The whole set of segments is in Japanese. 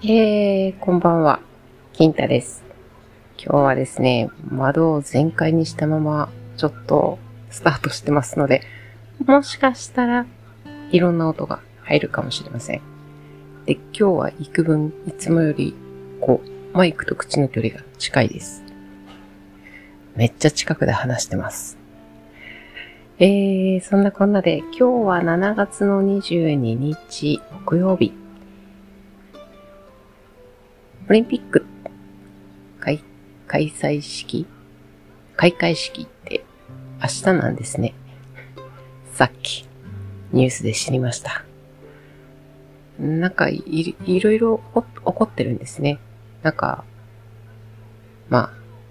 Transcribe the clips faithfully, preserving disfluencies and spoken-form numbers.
えー、こんばんは。金太です。今日はですね、窓を全開にしたまま、ちょっとスタートしてますので、もしかしたらいろんな音が入るかもしれません。で、今日は幾分いつもより、こう、マイクと口の距離が近いです。めっちゃ近くで話してます。えー、そんなこんなで、今日はしちがつのにじゅうににち木曜日。オリンピック開開催式開会式って明日なんですね。さっきニュースで知りました。なんか い, いろいろ起こってるんですね。なんか、まあ、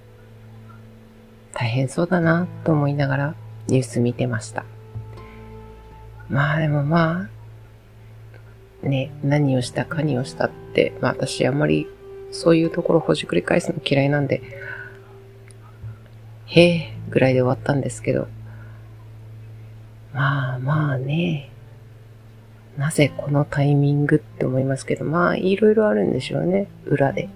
大変そうだなと思いながらニュース見てました。まあでもまあ、ね、何をしたかにをしたって、まあ私あんまりそういうところほじくり返すの嫌いなんで、へえぐらいで終わったんですけど、まあまあね、なぜこのタイミングって思いますけど、まあいろいろあるんでしょうね、裏で。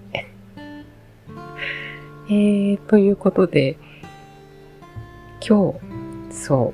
えー、ということで、今日、そう、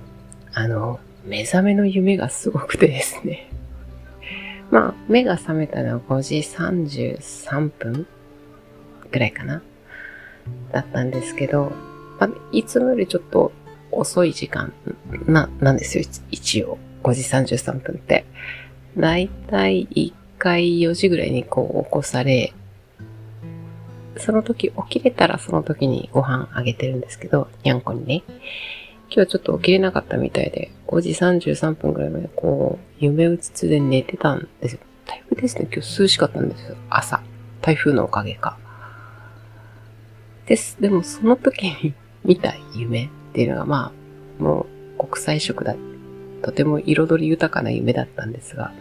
あの、目覚めの夢がすごくてですね。まあ、目が覚めたのはごじさんじゅうさんぷんぐらいかなだったんですけど、まあ、いつもよりちょっと遅い時間な、なんですよ、一応。ごじさんじゅうさんぷんって。だいたいいっかいよじぐらいにこう起こされ、その時起きれたらその時にご飯あげてるんですけど、にゃんこにね。今日はちょっと起きれなかったみたいで、ごじさんじゅうさんぷんぐらいまでこう、夢うつつで寝てたんですよ。台風ですね、今日涼しかったんですよ、朝。台風のおかげか。です。でもその時に見た夢っていうのがまあ、もう国際色だ。とても彩り豊かな夢だったんですが、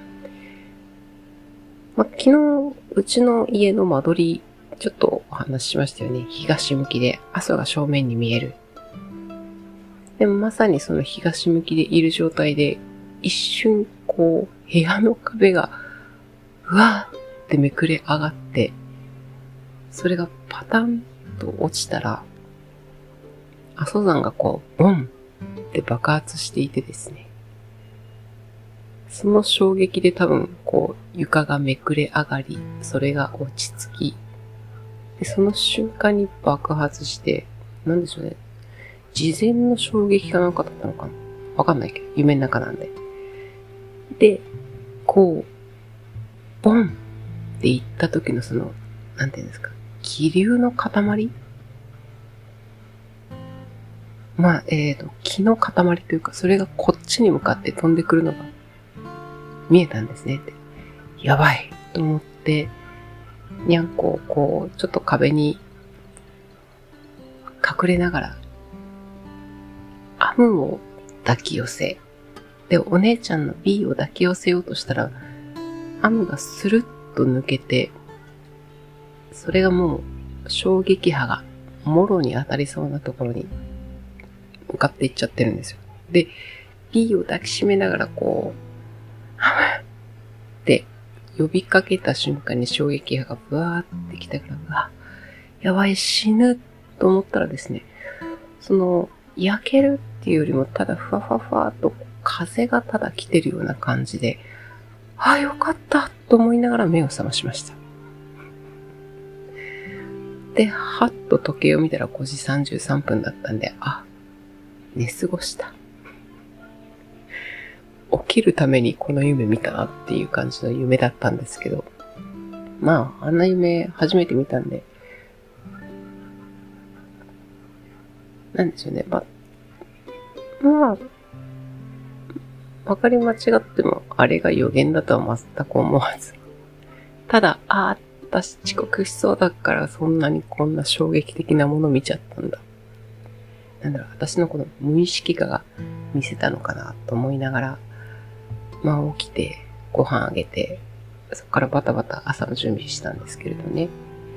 まあ、昨日、うちの家の間取り、ちょっとお話ししましたよね。東向きで、朝が正面に見える。でもまさにその東向きでいる状態で、一瞬こう、部屋の壁が、うわーってめくれ上がって、それがパタンと落ちたら、阿蘇山がこう、ボンって爆発していてですね。その衝撃で多分、こう、床がめくれ上がり、それが落ち着き、でその瞬間に爆発して、なんでしょうね。事前の衝撃かなんかだったのかなわかんないけど、夢の中なんで。で、こう、ボンって言った時のその、なんていうんですか、気流の塊まあ、えっと、気の塊というか、それがこっちに向かって飛んでくるのが見えたんですねって。やばいと思って、にゃんこをこう、ちょっと壁に隠れながら、アムを抱き寄せ、で、お姉ちゃんの B を抱き寄せようとしたら、アムがスルッと抜けて、それがもう衝撃波がもろに当たりそうなところに向かっていっちゃってるんですよ。で、B を抱きしめながらこう、アムって呼びかけた瞬間に衝撃波がブワーってきたから、うわ、やばい死ぬと思ったらですね、その焼けるっていうよりもただふわふわふわっと風がただ来てるような感じで、ああよかったと思いながら目を覚ましました。で、はっと時計を見たらごじさんじゅうさんぷんだったんで、あ、寝過ごした。起きるためにこの夢見たなっていう感じの夢だったんですけど、まあ、あんな夢初めて見たんで、なんでしょうね。ま、まあ、わかり間違っても、あれが予言だとは全く思わず。ただ、ああ、私遅刻しそうだからそんなにこんな衝撃的なもの見ちゃったんだ。なんだろう、私のこの無意識化が見せたのかなと思いながら、まあ起きて、ご飯あげて、そこからバタバタ朝の準備したんですけれどね。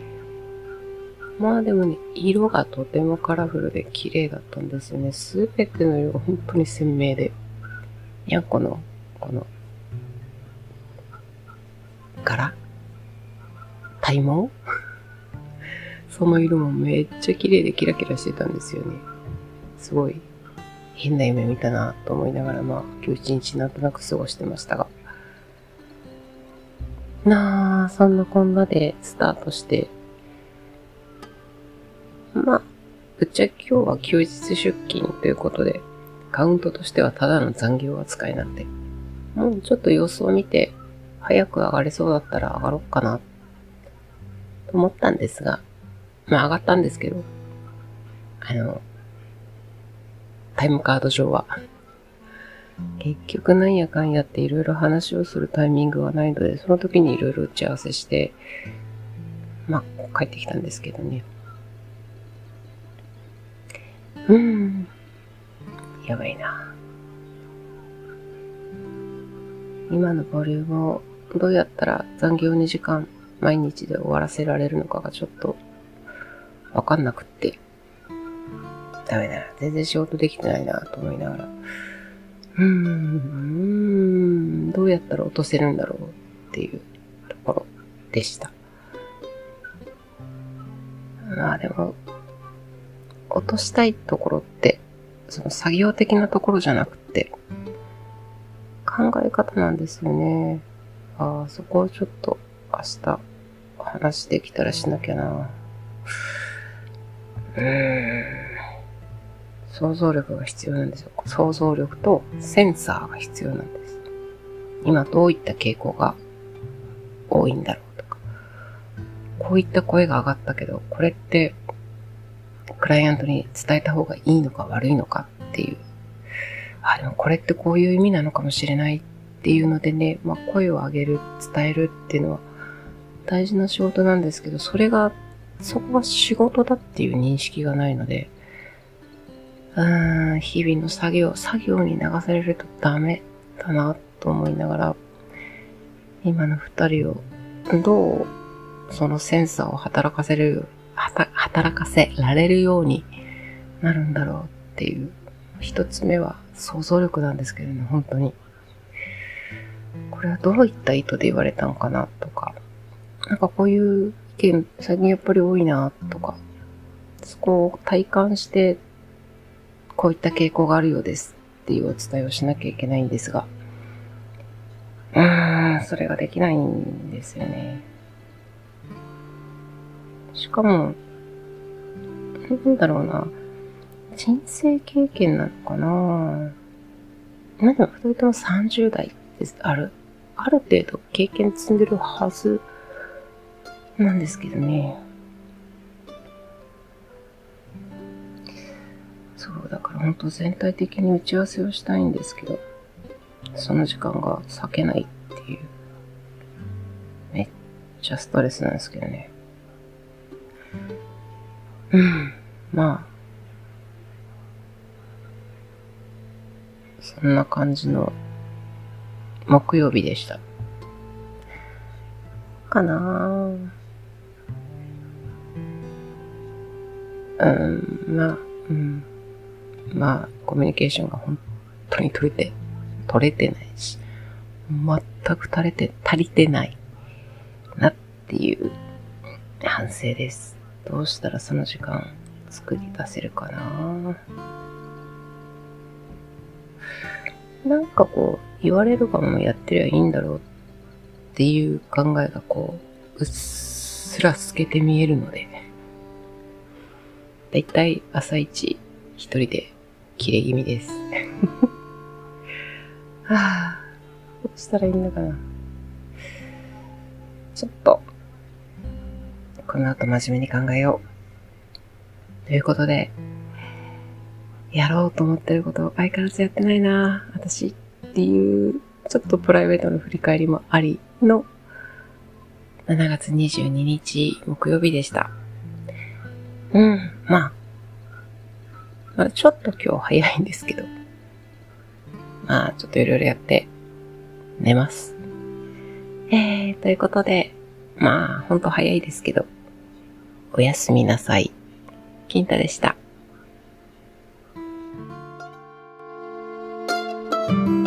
まあでもね、色がとてもカラフルで綺麗だったんですよね。すべての色が本当に鮮明で。にゃんこの、この、柄体毛その色もめっちゃ綺麗でキラキラしてたんですよね。すごい変な夢見たなと思いながら、まあ今日一日なんとなく過ごしてましたが。なあ、そんなこんなでスタートして、まあ、ぶっちゃけ今日は休日出勤ということで、カウントとしてはただの残業扱いなんで、もうちょっと様子を見て、早く上がれそうだったら上がろうかな、と思ったんですが、まあ上がったんですけど、あの、タイムカード上は、結局なんやかんやっていろいろ話をするタイミングはないので、その時にいろいろ打ち合わせして、まあ帰ってきたんですけどね。うーん。やばいな。今のボリュームをどうやったら残業にじかん毎日で終わらせられるのかがちょっとわかんなくって。ダメだな。全然仕事できてないなと思いながら。うーん、うーん、どうやったら落とせるんだろうっていうところでした。まあでも、落としたいところって、その作業的なところじゃなくて、考え方なんですよね。ああ、そこをちょっと明日話できたらしなきゃな。うーん。想像力が必要なんですよ。想像力とセンサーが必要なんです。今どういった傾向が多いんだろうとか。こういった声が上がったけど、これってクライアントに伝えた方がいいのか悪いのかっていう。あ、でもこれってこういう意味なのかもしれないっていうのでね、まあ声を上げる、伝えるっていうのは大事な仕事なんですけど、それが、そこが仕事だっていう認識がないので、うーん、日々の作業、作業に流されるとダメだなと思いながら、今の二人をどうそのセンサーを働かせる、働かせられるようになるんだろうっていう。一つ目は想像力なんですけどね、本当に。これはどういった意図で言われたのかなとか、なんかこういう意見最近やっぱり多いなとか、そこを体感してこういった傾向があるようですっていうお伝えをしなきゃいけないんですが、うーん、それができないんですよね。しかも、なんだろうな、人生経験なのかな。なんでも二人ともさんじゅう代です。ある、ある程度経験積んでるはずなんですけどね。そう、だから本当全体的に打ち合わせをしたいんですけど、その時間が割けないっていう。めっちゃストレスなんですけどね。うん、まあ。そんな感じの木曜日でした。かなぁ。うん、まあ、うん。まあ、コミュニケーションが本当に取れて、取れてないし、全く足りて、足りてないなっていう反省です。どうしたらその時間作り出せるかな。なんかこう、言われるがままやってりゃいいんだろうっていう考えがこう、うっすら透けて見えるので、だいたい朝一一人で切れ気味です。はぁ、どうしたらいいのかな。ちょっと、この後真面目に考えよう。ということで、やろうと思ってることを相変わらずやってないなぁ、私っていう、ちょっとプライベートの振り返りもありのしちがつにじゅうににち木曜日でした。うん、まあ、まあ、ちょっと今日早いんですけど、まあ、ちょっといろいろやって寝ます。えー、ということで、まあ、ほんと早いですけど、おやすみなさい。金太でした。